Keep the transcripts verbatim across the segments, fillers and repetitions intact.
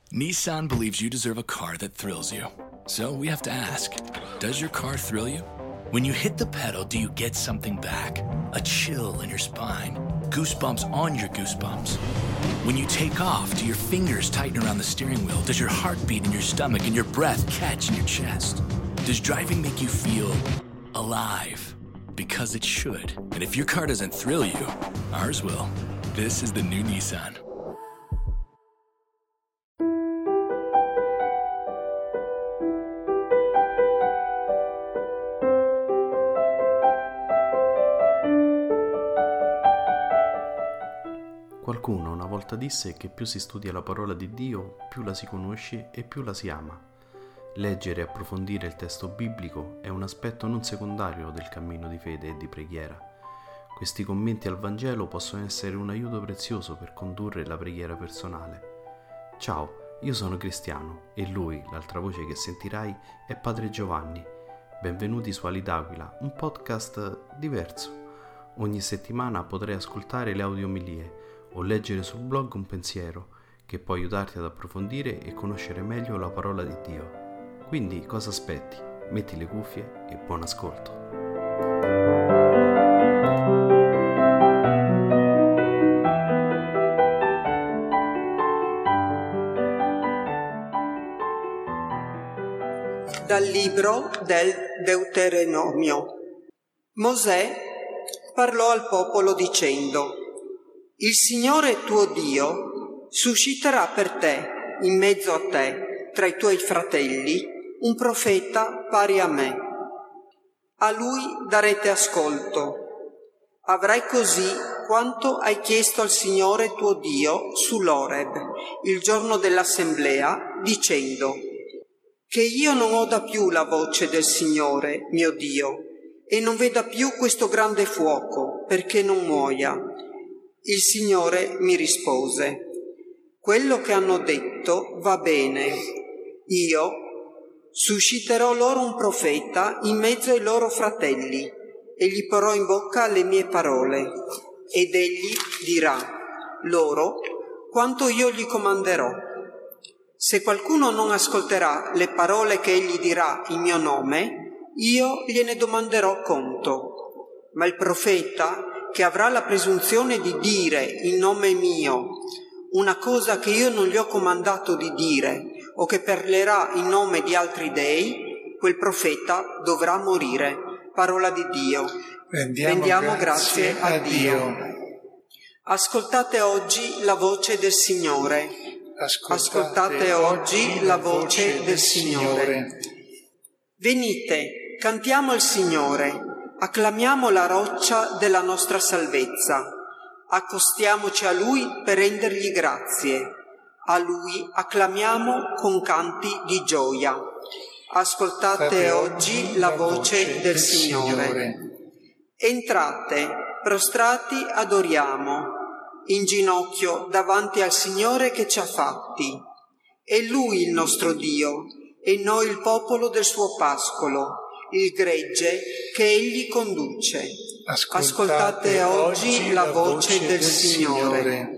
Nissan believes you deserve a car that thrills you. So we have to ask, does your car thrill you? When you hit the pedal, do you get something back? A chill in your spine? Goosebumps on your goosebumps? When you take off, do your fingers tighten around the steering wheel? Does your heart beat in your stomach and your breath catch in your chest? Does driving make you feel alive? Because it should. And if your car doesn't thrill you, ours will. This is the new Nissan. Qualcuno una volta disse che più si studia la parola di Dio, più la si conosce e più la si ama. Leggere e approfondire il testo biblico è un aspetto non secondario del cammino di fede e di preghiera. Questi commenti al Vangelo possono essere un aiuto prezioso per condurre la preghiera personale. Ciao, io sono Cristiano e lui, l'altra voce che sentirai, è Padre Giovanni. Benvenuti su Ali d'Aquila, un podcast diverso. Ogni settimana potrai ascoltare le audiomilie o leggere sul blog un pensiero che può aiutarti ad approfondire e conoscere meglio la parola di Dio. Quindi cosa aspetti? Metti le cuffie e buon ascolto. Dal libro del Deuteronomio. Mosè parlò al popolo dicendo: Il Signore tuo Dio susciterà per te, in mezzo a te, tra i tuoi fratelli, un profeta pari a me. A lui darete ascolto. Avrai così quanto hai chiesto al Signore tuo Dio sull'Oreb, il giorno dell'assemblea, dicendo: Che io non oda più la voce del Signore, mio Dio, e non veda più questo grande fuoco, perché non muoia. Il Signore mi rispose: Quello che hanno detto va bene. Io susciterò loro un profeta in mezzo ai loro fratelli e gli porrò in bocca le mie parole, ed egli dirà loro quanto io gli comanderò. Se qualcuno non ascolterà le parole che egli dirà in mio nome, io gliene domanderò conto. Ma il profeta che avrà la presunzione di dire in nome mio una cosa che io non gli ho comandato di dire, o che parlerà in nome di altri dei, quel profeta dovrà morire. Parola di Dio. Rendiamo, Rendiamo grazie, grazie a Dio. Dio. Ascoltate oggi la voce del Signore. Ascoltate, Ascoltate oggi la voce del Signore. Venite, cantiamo il Signore, acclamiamo la roccia della nostra salvezza. Accostiamoci a Lui per rendergli grazie. A Lui acclamiamo con canti di gioia. Ascoltate State oggi la voce del, del Signore. Signore. Entrate, prostrati adoriamo, in ginocchio davanti al Signore che ci ha fatti. È Lui il nostro Dio, e noi il popolo del suo pascolo, il gregge che Egli conduce. Ascoltate, Ascoltate oggi la voce del Signore. Signore.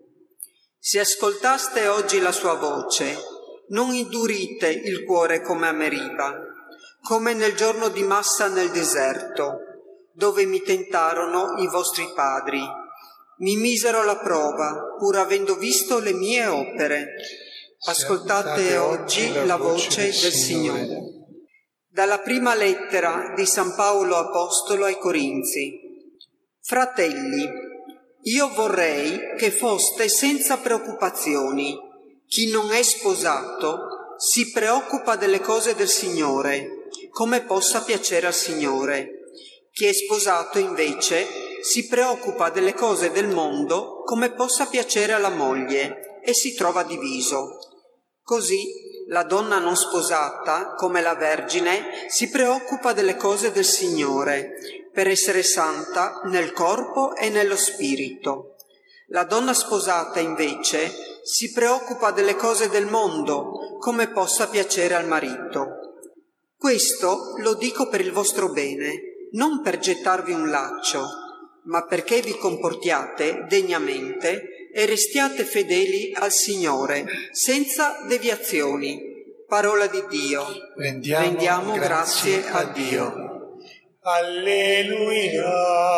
Se ascoltaste oggi la sua voce, non indurite il cuore come a Meriba, come nel giorno di Massa nel deserto, dove mi tentarono i vostri padri. Mi misero alla prova, pur avendo visto le mie opere. Ascoltate oggi la voce del Signore. Dalla prima lettera di San Paolo Apostolo ai Corinzi. Fratelli, io vorrei che foste senza preoccupazioni. Chi non è sposato si preoccupa delle cose del Signore, come possa piacere al Signore. Chi è sposato invece si preoccupa delle cose del mondo, come possa piacere alla moglie, e si trova diviso. Così la donna non sposata, come la Vergine, si preoccupa delle cose del Signore, per essere santa nel corpo e nello spirito. La donna sposata, invece, si preoccupa delle cose del mondo, come possa piacere al marito. Questo lo dico per il vostro bene, non per gettarvi un laccio, ma perché vi comportiate degnamente e restiate fedeli al Signore, senza deviazioni. Parola di Dio. Rendiamo, Rendiamo grazie, grazie a a Dio. Dio. Alleluia,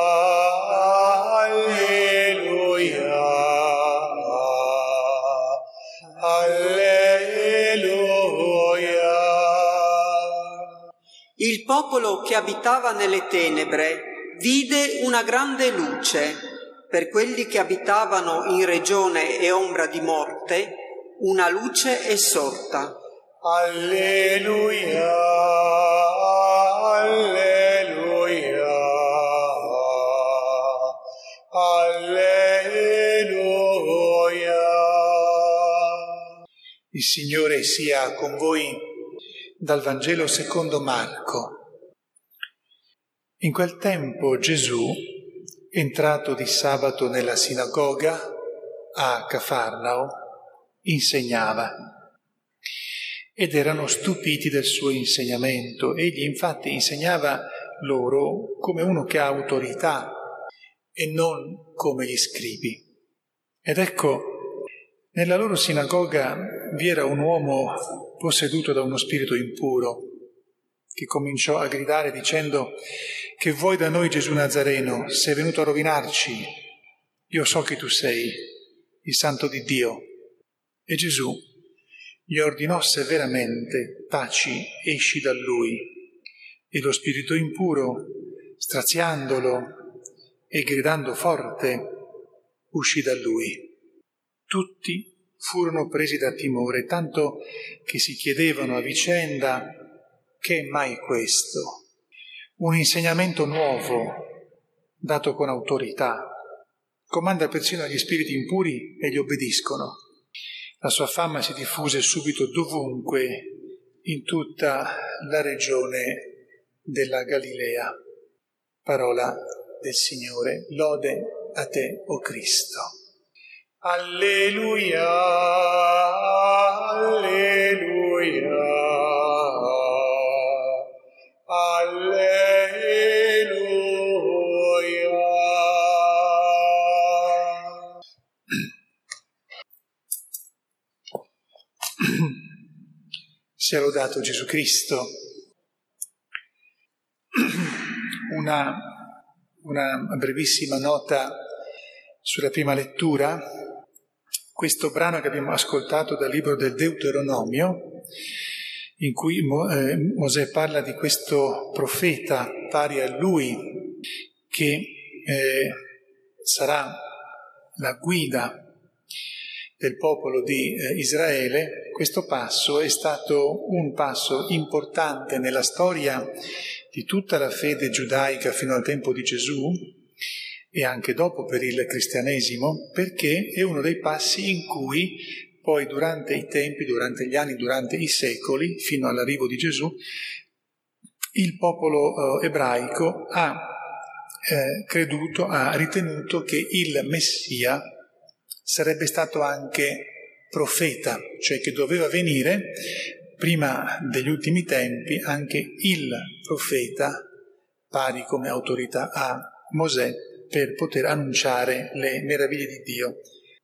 alleluia, alleluia. Il popolo che abitava nelle tenebre vide una grande luce. Per quelli che abitavano in regione e ombra di morte, una luce è sorta. Alleluia, alleluia, alleluia. Il Signore sia con voi. Dal Vangelo secondo Marco. In quel tempo Gesù, entrato di sabato nella sinagoga a Cafarnao, insegnava. Ed erano stupiti del suo insegnamento. Egli infatti insegnava loro come uno che ha autorità e non come gli scribi. Ed ecco, nella loro sinagoga vi era un uomo posseduto da uno spirito impuro, che cominciò a gridare dicendo: «Che vuoi da noi, Gesù Nazareno? Sei venuto a rovinarci? Io so che tu sei il Santo di Dio». E Gesù gli ordinò severamente: «Taci, esci da lui». E lo spirito impuro, straziandolo e gridando forte, uscì da lui. Tutti furono presi da timore, tanto che si chiedevano a vicenda: «Che è mai questo? Un insegnamento nuovo, dato con autorità. Comanda persino agli spiriti impuri e gli obbediscono». La sua fama si diffuse subito dovunque, in tutta la regione della Galilea. Parola del Signore. Lode a te, o Cristo. Alleluia, alleluia, alleluia. Sia lodato Gesù Cristo. Una, una brevissima nota sulla prima lettura. Questo brano che abbiamo ascoltato dal libro del Deuteronomio, in cui Mo, eh, Mosè parla di questo profeta pari a lui, che eh, sarà la guida del popolo di eh, Israele. Questo passo è stato un passo importante nella storia di tutta la fede giudaica fino al tempo di Gesù e anche dopo per il cristianesimo, perché è uno dei passi in cui poi durante i tempi, durante gli anni, durante i secoli, fino all'arrivo di Gesù, il popolo eh, ebraico ha eh, creduto, ha ritenuto che il Messia sarebbe stato anche profeta, cioè che doveva venire prima degli ultimi tempi anche il profeta pari come autorità a Mosè per poter annunciare le meraviglie di Dio.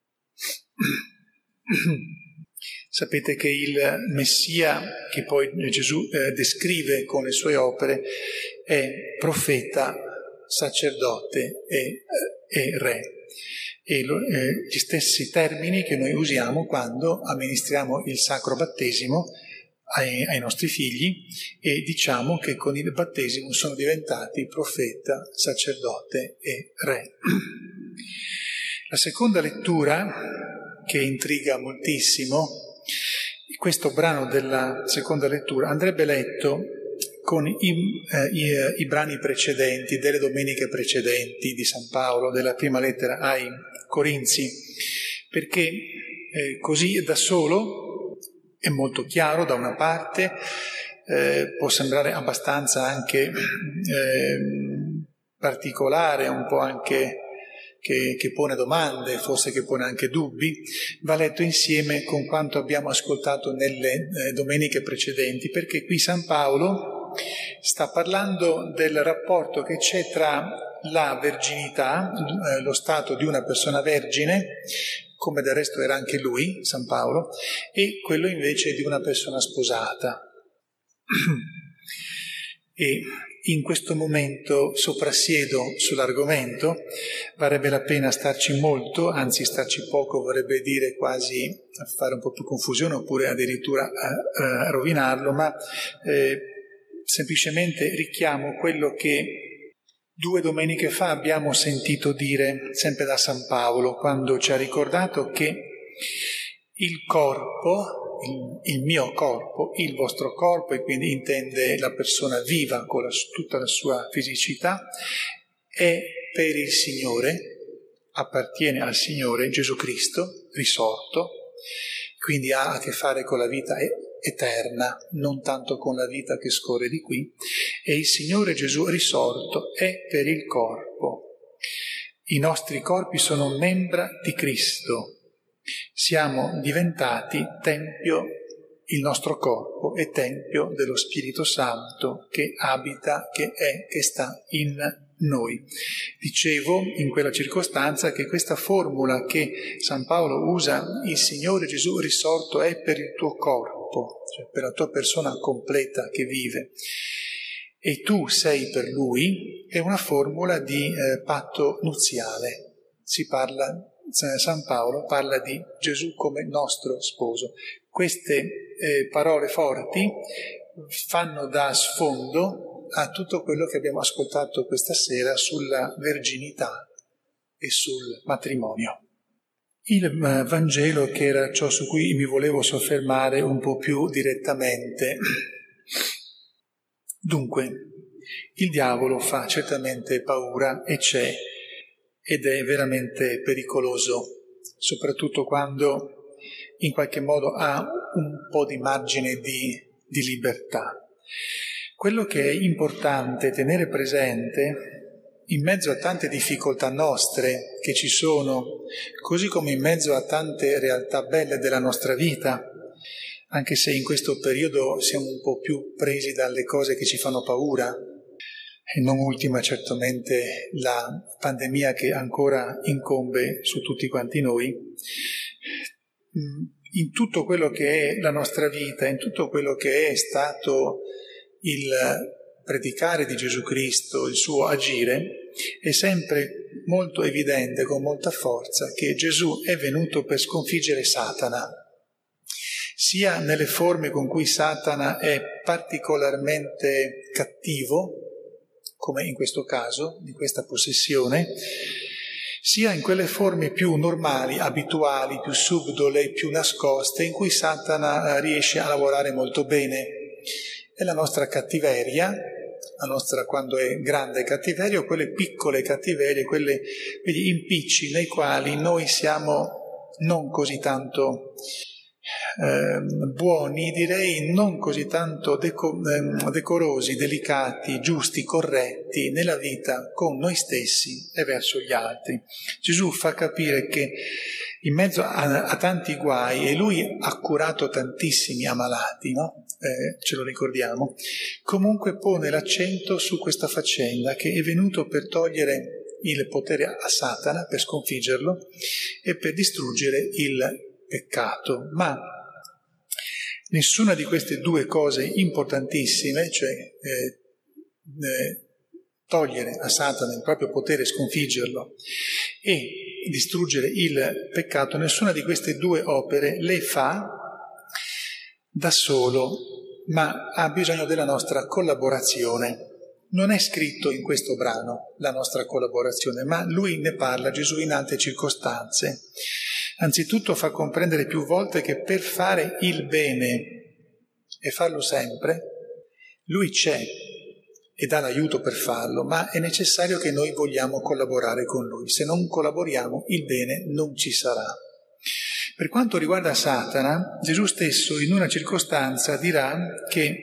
Sapete che il Messia, che poi Gesù eh, descrive con le sue opere, è profeta, sacerdote e, e re. E lo, eh, gli stessi termini che noi usiamo quando amministriamo il sacro battesimo ai, ai nostri figli e diciamo che con il battesimo sono diventati profeta, sacerdote e re. La seconda lettura, che intriga moltissimo, questo brano della seconda lettura andrebbe letto con i, eh, i, i brani precedenti, delle domeniche precedenti di San Paolo, della prima lettera ai Corinzi, perché eh, così da solo è molto chiaro da una parte, eh, può sembrare abbastanza anche eh, particolare, un po' anche che, che pone domande, forse che pone anche dubbi, va letto insieme con quanto abbiamo ascoltato nelle eh, domeniche precedenti, perché qui San Paolo sta parlando del rapporto che c'è tra la verginità, eh, lo stato di una persona vergine, come del resto era anche lui, San Paolo, e quello invece di una persona sposata. E in questo momento soprassiedo sull'argomento, varrebbe la pena starci molto, anzi starci poco vorrebbe dire quasi fare un po' più confusione oppure addirittura a, a rovinarlo, ma eh, semplicemente richiamo quello che due domeniche fa abbiamo sentito dire sempre da San Paolo, quando ci ha ricordato che il corpo, il, il mio corpo, il vostro corpo, e quindi intende la persona viva con la, tutta la sua fisicità, è per il Signore, appartiene al Signore Gesù Cristo, risorto, quindi ha a che fare con la vita eterna, non tanto con la vita che scorre di qui, e il Signore Gesù risorto è per il corpo. I nostri corpi sono membra di Cristo. Siamo diventati tempio, il nostro corpo è tempio dello Spirito Santo che abita, che è, che sta in noi. Dicevo in quella circostanza che questa formula che San Paolo usa, il Signore Gesù risorto è per il tuo corpo, cioè per la tua persona completa che vive, e tu sei per Lui, è una formula di eh, patto nuziale. Si parla San Paolo parla di Gesù come nostro sposo. Queste eh, parole forti fanno da sfondo a tutto quello che abbiamo ascoltato questa sera sulla verginità e sul matrimonio. Il Vangelo, che era ciò su cui mi volevo soffermare un po' più direttamente. Dunque, il diavolo fa certamente paura e c'è, ed è veramente pericoloso, soprattutto quando in qualche modo ha un po' di margine di, di libertà. Quello che è importante tenere presente, in mezzo a tante difficoltà nostre che ci sono, così come in mezzo a tante realtà belle della nostra vita, anche se in questo periodo siamo un po' più presi dalle cose che ci fanno paura, e non ultima certamente la pandemia che ancora incombe su tutti quanti noi, in tutto quello che è la nostra vita, in tutto quello che è stato il predicare di Gesù Cristo, il suo agire, è sempre molto evidente, con molta forza, che Gesù è venuto per sconfiggere Satana, sia nelle forme con cui Satana è particolarmente cattivo, come in questo caso, di questa possessione, sia in quelle forme più normali, abituali, più subdole, più nascoste, in cui Satana riesce a lavorare molto bene. È la nostra cattiveria, la nostra, quando è grande cattiveria, o quelle piccole cattiverie, quelle, quegli impicci nei quali noi siamo non così tanto Eh, buoni, direi non così tanto deco- eh, decorosi, delicati, giusti, corretti nella vita con noi stessi e verso gli altri. Gesù fa capire che in mezzo a, a tanti guai, e lui ha curato tantissimi ammalati, no? Eh, ce lo ricordiamo, comunque pone l'accento su questa faccenda, che è venuto per togliere il potere a Satana, per sconfiggerlo e per distruggere il peccato, ma nessuna di queste due cose importantissime, cioè eh, eh, togliere a Satana il proprio potere, sconfiggerlo, e distruggere il peccato, nessuna di queste due opere le fa da solo, ma ha bisogno della nostra collaborazione. Non è scritto in questo brano la nostra collaborazione, ma lui ne parla, Gesù, in altre circostanze. Anzitutto fa comprendere più volte che per fare il bene e farlo sempre, lui c'è e dà l'aiuto per farlo, ma è necessario che noi vogliamo collaborare con lui. Se non collaboriamo, il bene non ci sarà. Per quanto riguarda Satana, Gesù stesso in una circostanza dirà che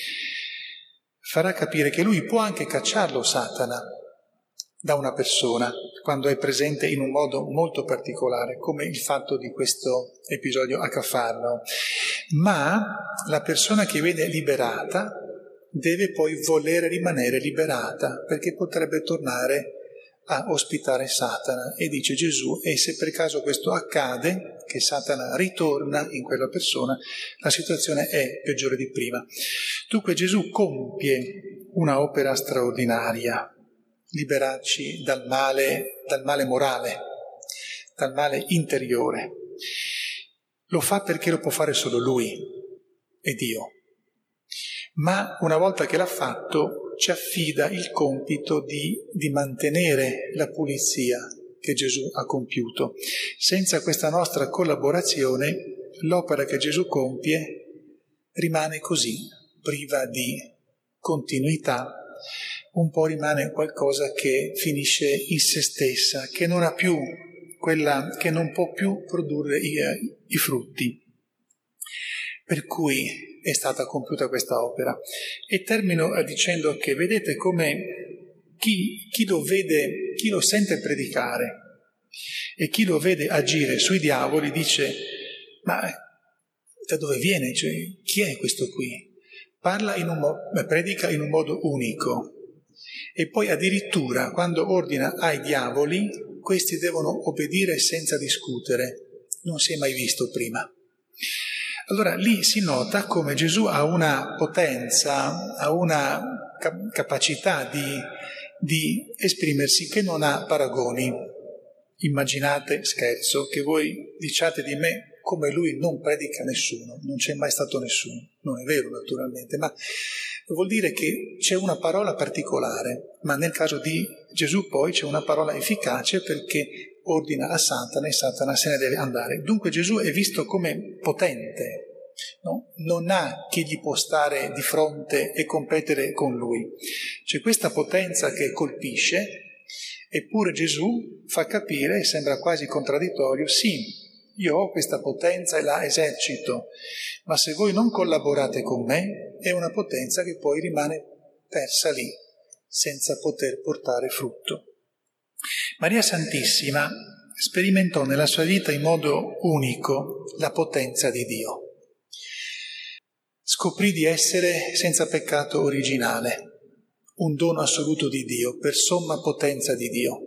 farà capire che lui può anche cacciarlo, Satana, da una persona, quando è presente in un modo molto particolare, come il fatto di questo episodio a Cafarnao. Ma la persona che viene liberata deve poi volere rimanere liberata, perché potrebbe tornare a ospitare Satana. E dice Gesù, e se per caso questo accade, che Satana ritorna in quella persona, la situazione è peggiore di prima. Dunque Gesù compie una opera straordinaria, liberarci dal male, dal male morale, dal male interiore. Lo fa perché lo può fare solo Lui, è Dio. Ma una volta che l'ha fatto, ci affida il compito di, di mantenere la pulizia che Gesù ha compiuto. Senza questa nostra collaborazione, l'opera che Gesù compie rimane così, priva di continuità, un po' rimane qualcosa che finisce in se stessa, che non ha più quella, che non può più produrre i, i frutti. Per cui è stata compiuta questa opera. E termino dicendo che vedete come chi, chi lo vede, chi lo sente predicare e chi lo vede agire sui diavoli dice: ma da dove viene? Cioè, chi è questo qui? Parla in un mo- predica in un modo unico e poi addirittura quando ordina ai diavoli, questi devono obbedire senza discutere. Non si è mai visto prima. Allora lì si nota come Gesù ha una potenza, ha una cap- capacità di, di esprimersi che non ha paragoni. Immaginate, scherzo, che voi diciate di me come lui non predica nessuno, non c'è mai stato nessuno. Non è vero naturalmente, ma vuol dire che c'è una parola particolare, ma nel caso di Gesù poi c'è una parola efficace perché ordina a Satana e Satana se ne deve andare. Dunque Gesù è visto come potente, no? Non ha chi gli può stare di fronte e competere con lui. C'è questa potenza che colpisce, eppure Gesù fa capire, sembra quasi contraddittorio, sì, io ho questa potenza e la esercito, ma se voi non collaborate con me, è una potenza che poi rimane persa lì, senza poter portare frutto. Maria Santissima sperimentò nella sua vita in modo unico la potenza di Dio. Scoprì di essere senza peccato originale, un dono assoluto di Dio, per somma potenza di Dio.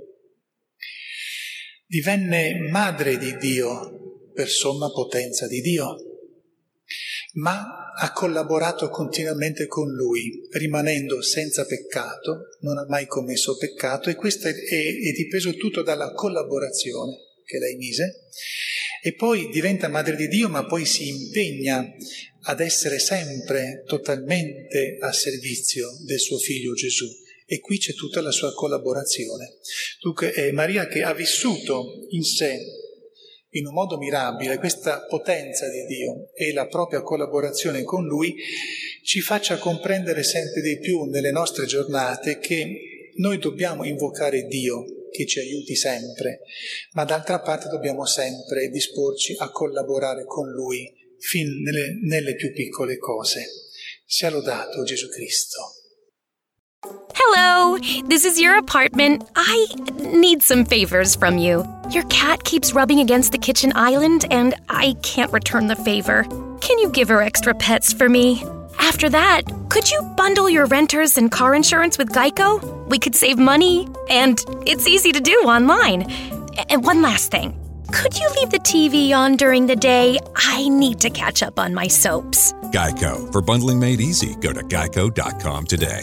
Divenne madre di Dio per somma potenza di Dio, ma ha collaborato continuamente con Lui, rimanendo senza peccato, non ha mai commesso peccato, e questo è, è, è dipeso tutto dalla collaborazione che lei mise, e poi diventa madre di Dio, ma poi si impegna ad essere sempre totalmente a servizio del suo figlio Gesù, e qui c'è tutta la sua collaborazione. Dunque è Maria che ha vissuto in sé, in un modo mirabile, questa potenza di Dio e la propria collaborazione con Lui ci faccia comprendere sempre di più nelle nostre giornate che noi dobbiamo invocare Dio che ci aiuti sempre, ma d'altra parte dobbiamo sempre disporci a collaborare con Lui fin nelle, nelle più piccole cose. Sia lodato Gesù Cristo. Hello, this is your apartment. I need some favors from you. Your cat keeps rubbing against the kitchen island and I can't return the favor. Can you give her extra pets for me? After that, could you bundle your renters and car insurance with Geico? We could save money, and it's easy to do online. And one last thing. Could you leave the T V on during the day? I need to catch up on my soaps. Geico. For bundling made easy, go to geico dot com today.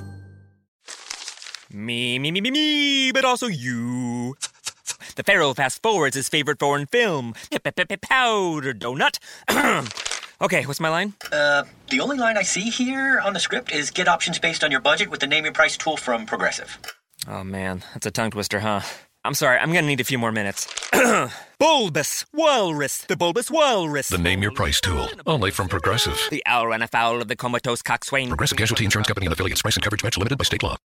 Me, me, me, me, me, but also you. The Pharaoh fast forwards his favorite foreign film, Powder Donut. Okay, what's my line? Uh, the only line I see here on the script is get options based on your budget with the Name Your Price tool from Progressive. Oh man, that's a tongue twister, huh? I'm sorry, I'm gonna need a few more minutes. Bulbous Walrus, the Bulbous Walrus. The Name Your Price tool, only from Progressive. The owl ran afoul of the comatose coxswain. Progressive Casualty Insurance Company and affiliates. Price and coverage match limited by state law.